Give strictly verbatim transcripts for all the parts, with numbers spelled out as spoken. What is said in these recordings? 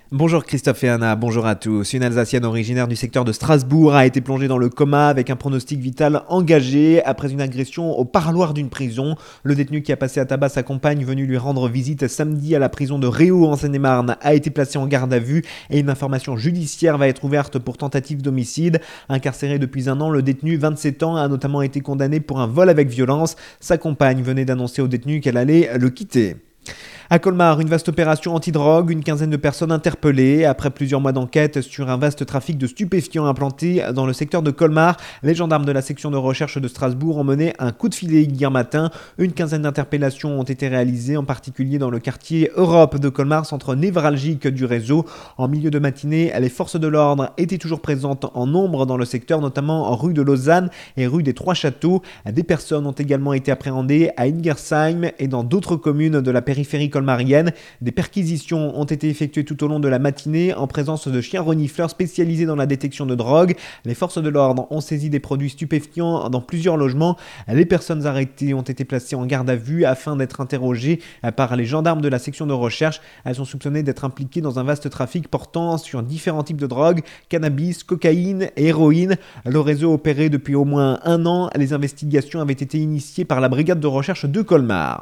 Bonjour Christophe et Anna, bonjour à tous. Une Alsacienne originaire du secteur de Strasbourg a été plongée dans le coma avec un pronostic vital engagé après une agression au parloir d'une prison. Le détenu qui a passé à tabac sa compagne venue lui rendre visite samedi à la prison de Réau en Seine-et-Marne a été placé en garde à vue et une information judiciaire va être ouverte pour tentative d'homicide. Incarcéré depuis un an, le détenu, vingt-sept ans, a notamment été condamné pour un vol avec violence. Sa compagne venait d'annoncer au détenu qu'elle allait le quitter. À Colmar, une vaste opération anti-drogue, une quinzaine de personnes interpellées. Après plusieurs mois d'enquête sur un vaste trafic de stupéfiants implanté dans le secteur de Colmar, les gendarmes de la section de recherche de Strasbourg ont mené un coup de filet hier matin. Une quinzaine d'interpellations ont été réalisées, en particulier dans le quartier Europe de Colmar, centre névralgique du réseau. En milieu de matinée, les forces de l'ordre étaient toujours présentes en nombre dans le secteur, notamment rue de Lausanne et rue des Trois Châteaux. Des personnes ont également été appréhendées à Ingersheim et dans d'autres communes de la périphérie colmarienne. Des perquisitions ont été effectuées tout au long de la matinée en présence de chiens renifleurs spécialisés dans la détection de drogue. Les forces de l'ordre ont saisi des produits stupéfiants dans plusieurs logements. Les personnes arrêtées ont été placées en garde à vue afin d'être interrogées par les gendarmes de la section de recherche. Elles sont soupçonnées d'être impliquées dans un vaste trafic portant sur différents types de drogues, cannabis, cocaïne et héroïne. Le réseau opérait depuis au moins un an. Les investigations avaient été initiées par la brigade de recherche de Colmar.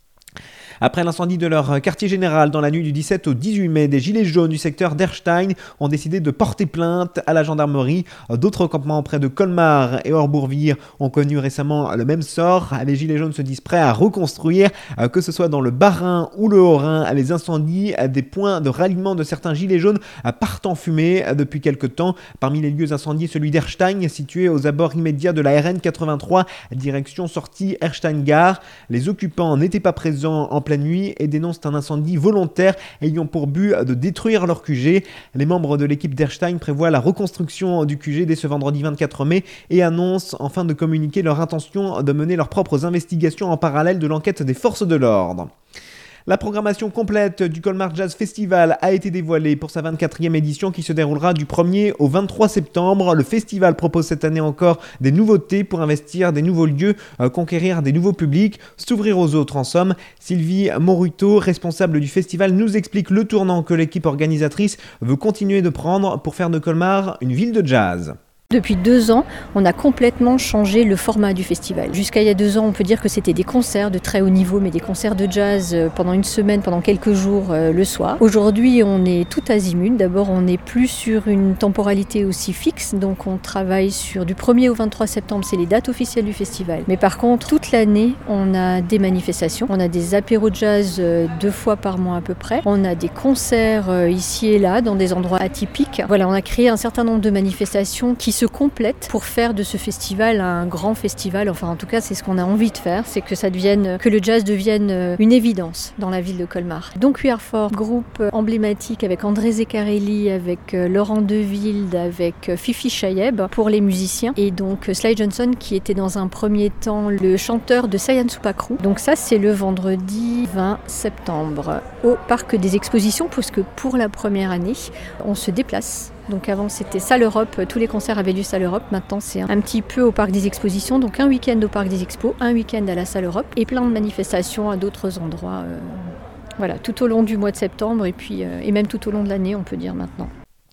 Après l'incendie de leur quartier général dans la nuit du dix-sept au dix-huit mai, des gilets jaunes du secteur d'Erstein ont décidé de porter plainte à la gendarmerie. D'autres campements près de Colmar et Orbourvire ont connu récemment le même sort. Les gilets jaunes se disent prêts à reconstruire, que ce soit dans le Bas-Rhin ou le Haut-Rhin. Les incendies, des points de ralliement de certains gilets jaunes partent en fumée depuis quelques temps. Parmi les lieux incendiés, celui d'Erstein, situé aux abords immédiats de la R N quatre-vingt-trois, direction sortie Erstein-Gare. Les occupants n'étaient pas présents en la nuit et dénoncent un incendie volontaire ayant pour but de détruire leur Q G. Les membres de l'équipe d'Erstein prévoient la reconstruction du Q G dès ce vendredi vingt-quatre mai et annoncent enfin de communiquer leur intention de mener leurs propres investigations en parallèle de l'enquête des forces de l'ordre. La programmation complète du Colmar Jazz Festival a été dévoilée pour sa vingt-quatrième édition qui se déroulera du premier au vingt-trois septembre. Le festival propose cette année encore des nouveautés pour investir des nouveaux lieux, euh, conquérir des nouveaux publics, s'ouvrir aux autres en somme. Sylvie Moruto, responsable du festival, nous explique le tournant que l'équipe organisatrice veut continuer de prendre pour faire de Colmar une ville de jazz. Depuis deux ans, on a complètement changé le format du festival. Jusqu'à il y a deux ans, on peut dire que c'était des concerts de très haut niveau, mais des concerts de jazz pendant une semaine, pendant quelques jours euh, le soir. Aujourd'hui, on est tout azimut. D'abord, on n'est plus sur une temporalité aussi fixe, donc on travaille sur du premier au vingt-trois septembre, c'est les dates officielles du festival. Mais par contre, toute l'année, on a des manifestations, on a des apéros jazz euh, deux fois par mois à peu près. On a des concerts euh, ici et là, dans des endroits atypiques. Voilà, on a créé un certain nombre de manifestations qui se complètent pour faire de ce festival un grand festival. Enfin, en tout cas, c'est ce qu'on a envie de faire, c'est que ça devienne, que le jazz devienne une évidence dans la ville de Colmar. Donc, We Are Four, groupe emblématique avec André Zaccarelli, avec Laurent Deville, avec Fifi Chayeb pour les musiciens, et donc Sly Johnson qui était dans un premier temps le chanteur de Sayan Supakru. Donc ça, c'est le vendredi vingt septembre au Parc des Expositions, puisque pour la première année, on se déplace. Donc avant c'était Salle Europe, tous les concerts avaient lieu Salle Europe, maintenant c'est un petit peu au Parc des Expositions, donc un week-end au Parc des Expos, un week-end à la Salle Europe et plein de manifestations à d'autres endroits, euh, voilà, tout au long du mois de septembre et, puis, euh, et même tout au long de l'année on peut dire maintenant.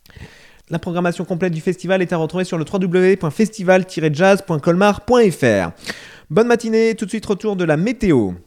La programmation complète du festival est à retrouver sur le w w w point festival tiret jazz point colmar point f r. Bonne matinée, tout de suite retour de la météo.